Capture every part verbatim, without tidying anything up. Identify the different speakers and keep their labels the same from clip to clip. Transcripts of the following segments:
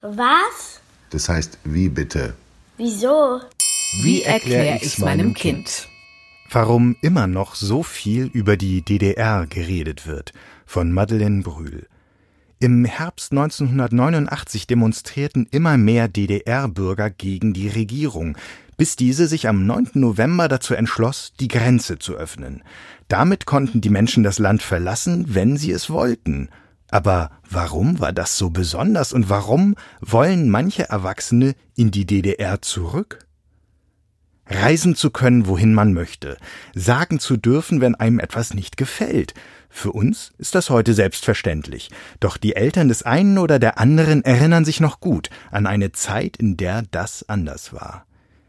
Speaker 1: Was?
Speaker 2: Das heißt, wie bitte?
Speaker 1: Wieso?
Speaker 3: Wie erkläre ich's meinem Kind?
Speaker 4: Warum immer noch so viel über die D D R geredet wird, von Madeleine Brühl. Im Herbst neunzehnhundertneunundachtzig demonstrierten immer mehr D D R-Bürger gegen die Regierung, bis diese sich am neunten November dazu entschloss, die Grenze zu öffnen. Damit konnten die Menschen das Land verlassen, wenn sie es wollten. Aber warum war das so besonders und warum wollen manche Erwachsene in die D D R zurück? Reisen zu können, wohin man möchte, sagen zu dürfen, wenn einem etwas nicht gefällt. Für uns ist das heute selbstverständlich. Doch die Eltern des einen oder der anderen erinnern sich noch gut an eine Zeit, in der das anders war.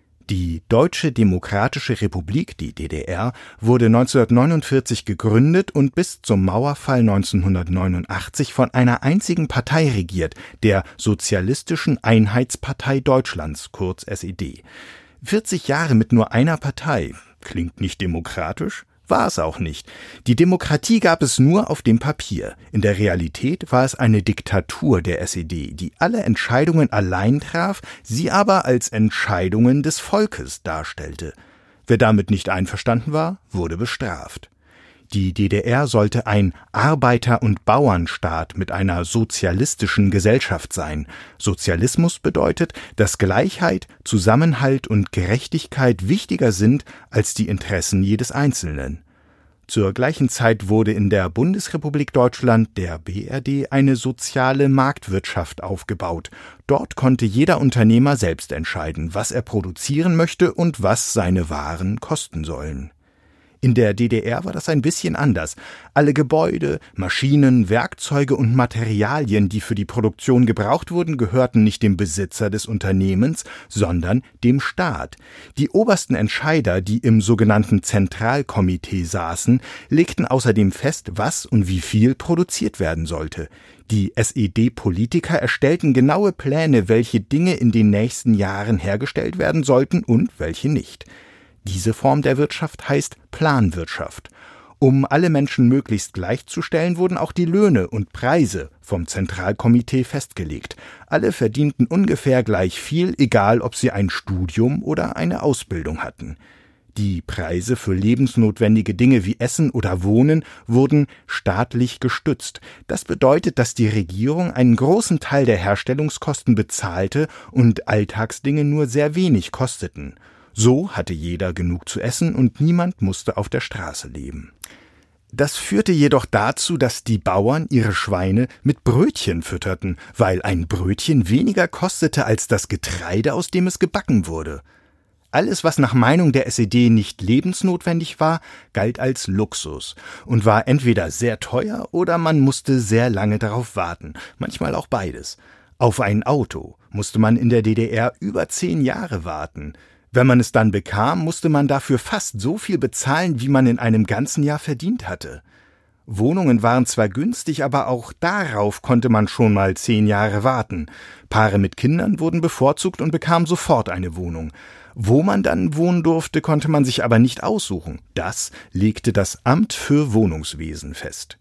Speaker 4: Die Deutsche Demokratische Republik, die D D R, wurde neunzehnhundertneunundvierzig gegründet und bis zum Mauerfall neunzehnhundertneunundachtzig von einer einzigen Partei regiert, der Sozialistischen Einheitspartei Deutschlands, kurz S E D. vierzig Jahre mit nur einer Partei. Klingt nicht demokratisch? War es auch nicht. Die Demokratie gab es nur auf dem Papier. In der Realität war es eine Diktatur der S E D, die alle Entscheidungen allein traf, sie aber als Entscheidungen des Volkes darstellte. Wer damit nicht einverstanden war, wurde bestraft. Die D D R sollte ein Arbeiter- und Bauernstaat mit einer sozialistischen Gesellschaft sein. Sozialismus bedeutet, dass Gleichheit, Zusammenhalt und Gerechtigkeit wichtiger sind als die Interessen jedes Einzelnen. Zur gleichen Zeit wurde in der Bundesrepublik Deutschland, der B R D, eine soziale Marktwirtschaft aufgebaut. Dort konnte jeder Unternehmer selbst entscheiden, was er produzieren möchte und was seine Waren kosten sollen. In der D D R war das ein bisschen anders. Alle Gebäude, Maschinen, Werkzeuge und Materialien, die für die Produktion gebraucht wurden, gehörten nicht dem Besitzer des Unternehmens, sondern dem Staat. Die obersten Entscheider, die im sogenannten Zentralkomitee saßen, legten außerdem fest, was und wie viel produziert werden sollte. Die S E D-Politiker erstellten genaue Pläne, welche Dinge in den nächsten Jahren hergestellt werden sollten und welche nicht. Diese Form der Wirtschaft heißt Planwirtschaft. Um alle Menschen möglichst gleichzustellen, wurden auch die Löhne und Preise vom Zentralkomitee festgelegt. Alle verdienten ungefähr gleich viel, egal ob sie ein Studium oder eine Ausbildung hatten. Die Preise für lebensnotwendige Dinge wie Essen oder Wohnen wurden staatlich gestützt. Das bedeutet, dass die Regierung einen großen Teil der Herstellungskosten bezahlte und Alltagsdinge nur sehr wenig kosteten. So hatte jeder genug zu essen und niemand musste auf der Straße leben. Das führte jedoch dazu, dass die Bauern ihre Schweine mit Brötchen fütterten, weil ein Brötchen weniger kostete als das Getreide, aus dem es gebacken wurde. Alles, was nach Meinung der S E D nicht lebensnotwendig war, galt als Luxus und war entweder sehr teuer oder man musste sehr lange darauf warten, manchmal auch beides. Auf ein Auto musste man in der D D R über zehn Jahre warten. Wenn man es dann bekam, musste man dafür fast so viel bezahlen, wie man in einem ganzen Jahr verdient hatte. Wohnungen waren zwar günstig, aber auch darauf konnte man schon mal zehn Jahre warten. Paare mit Kindern wurden bevorzugt und bekamen sofort eine Wohnung. Wo man dann wohnen durfte, konnte man sich aber nicht aussuchen. Das legte das Amt für Wohnungswesen fest.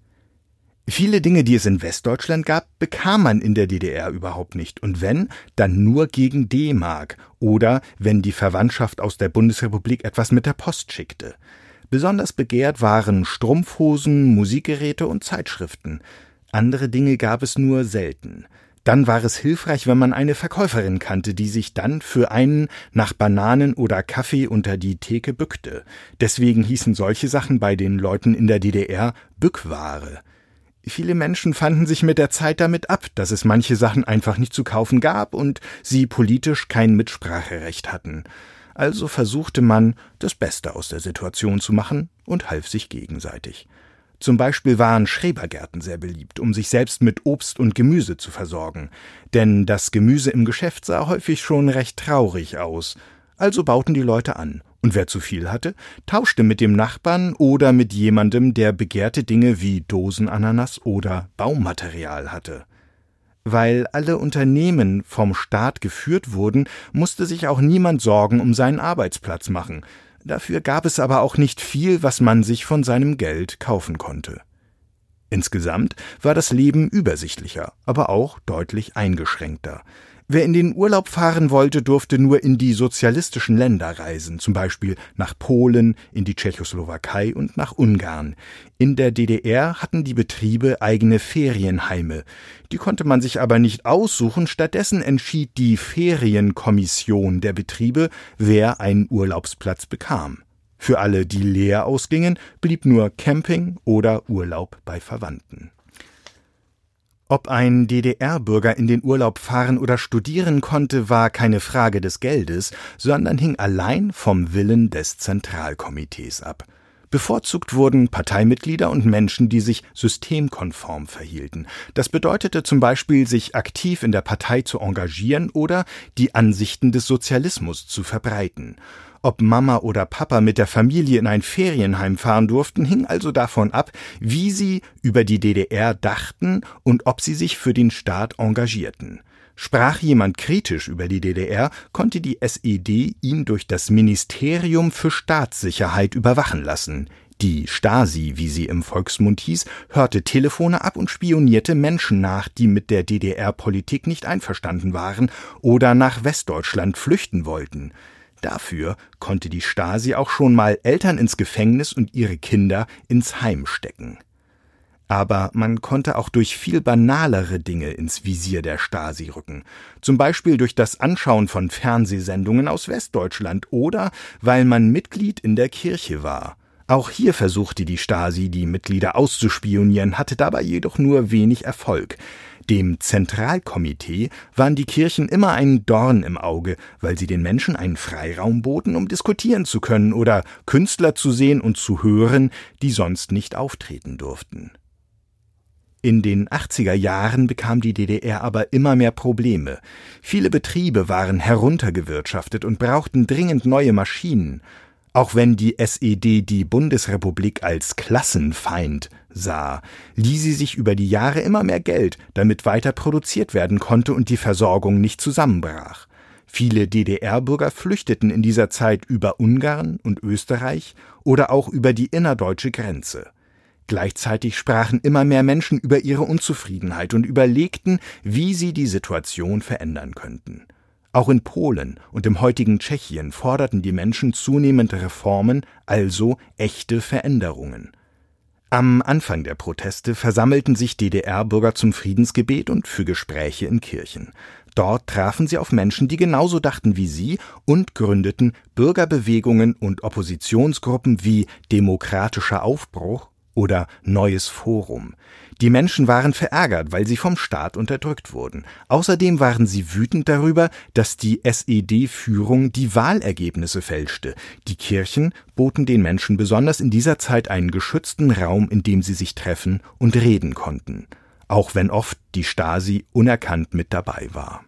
Speaker 4: Viele Dinge, die es in Westdeutschland gab, bekam man in der D D R überhaupt nicht. Und wenn, dann nur gegen D-Mark oder wenn die Verwandtschaft aus der Bundesrepublik etwas mit der Post schickte. Besonders begehrt waren Strumpfhosen, Musikgeräte und Zeitschriften. Andere Dinge gab es nur selten. Dann war es hilfreich, wenn man eine Verkäuferin kannte, die sich dann für einen nach Bananen oder Kaffee unter die Theke bückte. Deswegen hießen solche Sachen bei den Leuten in der D D R Bückware. Viele Menschen fanden sich mit der Zeit damit ab, dass es manche Sachen einfach nicht zu kaufen gab und sie politisch kein Mitspracherecht hatten. Also versuchte man, das Beste aus der Situation zu machen und half sich gegenseitig. Zum Beispiel waren Schrebergärten sehr beliebt, um sich selbst mit Obst und Gemüse zu versorgen. Denn das Gemüse im Geschäft sah häufig schon recht traurig aus. Also bauten die Leute an. Und wer zu viel hatte, tauschte mit dem Nachbarn oder mit jemandem, der begehrte Dinge wie Dosenananas oder Baumaterial hatte. Weil alle Unternehmen vom Staat geführt wurden, musste sich auch niemand Sorgen um seinen Arbeitsplatz machen. Dafür gab es aber auch nicht viel, was man sich von seinem Geld kaufen konnte. Insgesamt war das Leben übersichtlicher, aber auch deutlich eingeschränkter. Wer in den Urlaub fahren wollte, durfte nur in die sozialistischen Länder reisen, zum Beispiel nach Polen, in die Tschechoslowakei und nach Ungarn. In der D D R hatten die Betriebe eigene Ferienheime. Die konnte man sich aber nicht aussuchen, stattdessen entschied die Ferienkommission der Betriebe, wer einen Urlaubsplatz bekam. Für alle, die leer ausgingen, blieb nur Camping oder Urlaub bei Verwandten. Ob ein D D R-Bürger in den Urlaub fahren oder studieren konnte, war keine Frage des Geldes, sondern hing allein vom Willen des Zentralkomitees ab. Bevorzugt wurden Parteimitglieder und Menschen, die sich systemkonform verhielten. Das bedeutete zum Beispiel, sich aktiv in der Partei zu engagieren oder die Ansichten des Sozialismus zu verbreiten. Ob Mama oder Papa mit der Familie in ein Ferienheim fahren durften, hing also davon ab, wie sie über die D D R dachten und ob sie sich für den Staat engagierten. Sprach jemand kritisch über die D D R, konnte die S E D ihn durch das Ministerium für Staatssicherheit überwachen lassen. Die Stasi, wie sie im Volksmund hieß, hörte Telefone ab und spionierte Menschen nach, die mit der D D R-Politik nicht einverstanden waren oder nach Westdeutschland flüchten wollten. Dafür konnte die Stasi auch schon mal Eltern ins Gefängnis und ihre Kinder ins Heim stecken. Aber man konnte auch durch viel banalere Dinge ins Visier der Stasi rücken. Zum Beispiel durch das Anschauen von Fernsehsendungen aus Westdeutschland oder weil man Mitglied in der Kirche war. Auch hier versuchte die Stasi, die Mitglieder auszuspionieren, hatte dabei jedoch nur wenig Erfolg. Dem Zentralkomitee waren die Kirchen immer ein Dorn im Auge, weil sie den Menschen einen Freiraum boten, um diskutieren zu können oder Künstler zu sehen und zu hören, die sonst nicht auftreten durften. In den achtziger Jahren bekam die D D R aber immer mehr Probleme. Viele Betriebe waren heruntergewirtschaftet und brauchten dringend neue Maschinen. Auch wenn die S E D die Bundesrepublik als Klassenfeind sah, lieh sie sich über die Jahre immer mehr Geld, damit weiter produziert werden konnte und die Versorgung nicht zusammenbrach. Viele D D R-Bürger flüchteten in dieser Zeit über Ungarn und Österreich oder auch über die innerdeutsche Grenze. Gleichzeitig sprachen immer mehr Menschen über ihre Unzufriedenheit und überlegten, wie sie die Situation verändern könnten. Auch in Polen und im heutigen Tschechien forderten die Menschen zunehmend Reformen, also echte Veränderungen. Am Anfang der Proteste versammelten sich D D R-Bürger zum Friedensgebet und für Gespräche in Kirchen. Dort trafen sie auf Menschen, die genauso dachten wie sie und gründeten Bürgerbewegungen und Oppositionsgruppen wie Demokratischer Aufbruch oder Neues Forum. Die Menschen waren verärgert, weil sie vom Staat unterdrückt wurden. Außerdem waren sie wütend darüber, dass die S E D-Führung die Wahlergebnisse fälschte. Die Kirchen boten den Menschen besonders in dieser Zeit einen geschützten Raum, in dem sie sich treffen und reden konnten, auch wenn oft die Stasi unerkannt mit dabei war.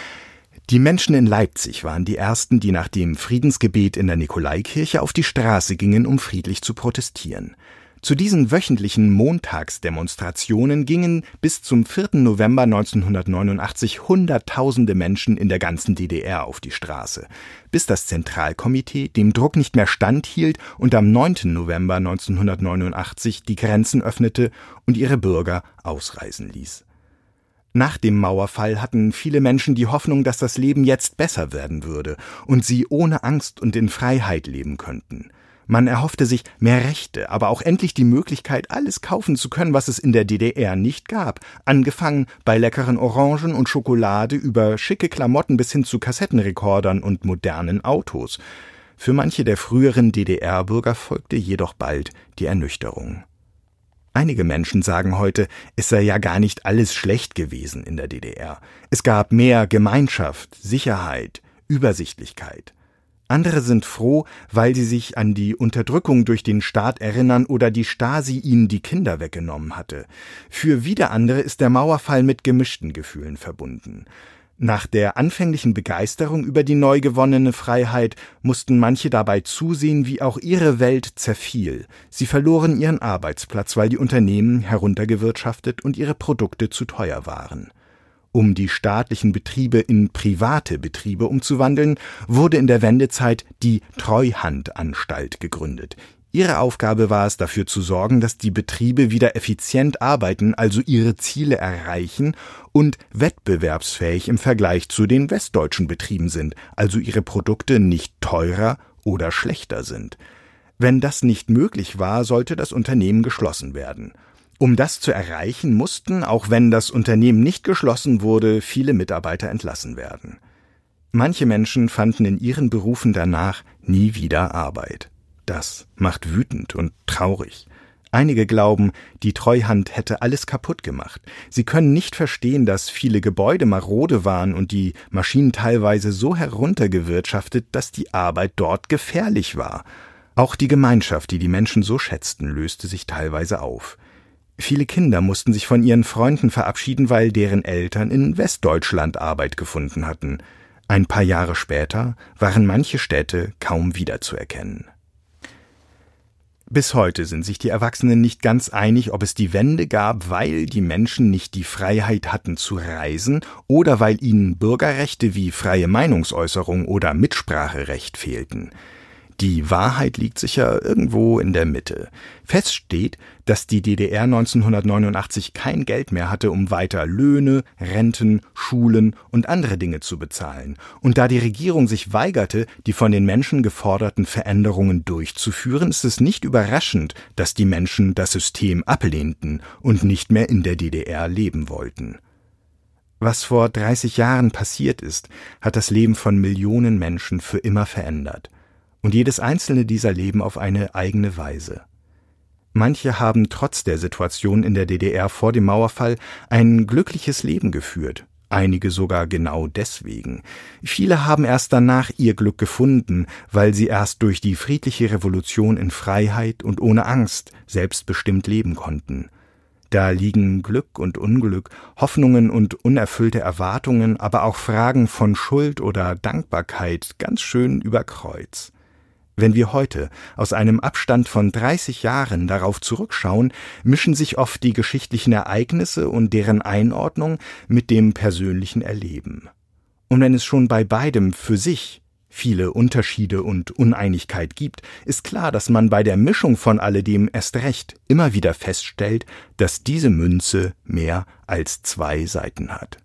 Speaker 4: Die Menschen in Leipzig waren die ersten, die nach dem Friedensgebet in der Nikolaikirche auf die Straße gingen, um friedlich zu protestieren. Zu diesen wöchentlichen Montagsdemonstrationen gingen bis zum vierten November neunzehnhundertneunundachtzig Hunderttausende Menschen in der ganzen D D R auf die Straße, bis das Zentralkomitee dem Druck nicht mehr standhielt und am neunten November neunzehnhundertneunundachtzig die Grenzen öffnete und ihre Bürger ausreisen ließ. Nach dem Mauerfall hatten viele Menschen die Hoffnung, dass das Leben jetzt besser werden würde und sie ohne Angst und in Freiheit leben könnten. Man erhoffte sich mehr Rechte, aber auch endlich die Möglichkeit, alles kaufen zu können, was es in der D D R nicht gab, angefangen bei leckeren Orangen und Schokolade über schicke Klamotten bis hin zu Kassettenrekordern und modernen Autos. Für manche der früheren D D R-Bürger folgte jedoch bald die Ernüchterung. Einige Menschen sagen heute, es sei ja gar nicht alles schlecht gewesen in der D D R. Es gab mehr Gemeinschaft, Sicherheit, Übersichtlichkeit. Andere sind froh, weil sie sich an die Unterdrückung durch den Staat erinnern oder die Stasi ihnen die Kinder weggenommen hatte. Für wieder andere ist der Mauerfall mit gemischten Gefühlen verbunden. Nach der anfänglichen Begeisterung über die neu gewonnene Freiheit mussten manche dabei zusehen, wie auch ihre Welt zerfiel. Sie verloren ihren Arbeitsplatz, weil die Unternehmen heruntergewirtschaftet und ihre Produkte zu teuer waren. Um die staatlichen Betriebe in private Betriebe umzuwandeln, wurde in der Wendezeit die Treuhandanstalt gegründet. Ihre Aufgabe war es, dafür zu sorgen, dass die Betriebe wieder effizient arbeiten, also ihre Ziele erreichen und wettbewerbsfähig im Vergleich zu den westdeutschen Betrieben sind, also ihre Produkte nicht teurer oder schlechter sind. Wenn das nicht möglich war, sollte das Unternehmen geschlossen werden. Um das zu erreichen, mussten, auch wenn das Unternehmen nicht geschlossen wurde, viele Mitarbeiter entlassen werden. Manche Menschen fanden in ihren Berufen danach nie wieder Arbeit. Das macht wütend und traurig. Einige glauben, die Treuhand hätte alles kaputt gemacht. Sie können nicht verstehen, dass viele Gebäude marode waren und die Maschinen teilweise so heruntergewirtschaftet, dass die Arbeit dort gefährlich war. Auch die Gemeinschaft, die die Menschen so schätzten, löste sich teilweise auf. Viele Kinder mussten sich von ihren Freunden verabschieden, weil deren Eltern in Westdeutschland Arbeit gefunden hatten. Ein paar Jahre später waren manche Städte kaum wiederzuerkennen. Bis heute sind sich die Erwachsenen nicht ganz einig, ob es die Wende gab, weil die Menschen nicht die Freiheit hatten zu reisen oder weil ihnen Bürgerrechte wie freie Meinungsäußerung oder Mitspracherecht fehlten. Die Wahrheit liegt sicher irgendwo in der Mitte. Fest steht, dass die D D R neunzehnhundertneunundachtzig kein Geld mehr hatte, um weiter Löhne, Renten, Schulen und andere Dinge zu bezahlen. Und da die Regierung sich weigerte, die von den Menschen geforderten Veränderungen durchzuführen, ist es nicht überraschend, dass die Menschen das System ablehnten und nicht mehr in der D D R leben wollten. Was vor dreißig Jahren passiert ist, hat das Leben von Millionen Menschen für immer verändert. Und jedes einzelne dieser leben auf eine eigene Weise. Manche haben trotz der Situation in der D D R vor dem Mauerfall ein glückliches Leben geführt, einige sogar genau deswegen. Viele haben erst danach ihr Glück gefunden, weil sie erst durch die friedliche Revolution in Freiheit und ohne Angst selbstbestimmt leben konnten. Da liegen Glück und Unglück, Hoffnungen und unerfüllte Erwartungen, aber auch Fragen von Schuld oder Dankbarkeit ganz schön über Kreuz. Wenn wir heute aus einem Abstand von dreißig Jahren darauf zurückschauen, mischen sich oft die geschichtlichen Ereignisse und deren Einordnung mit dem persönlichen Erleben. Und wenn es schon bei beidem für sich viele Unterschiede und Uneinigkeit gibt, ist klar, dass man bei der Mischung von alledem erst recht immer wieder feststellt, dass diese Münze mehr als zwei Seiten hat.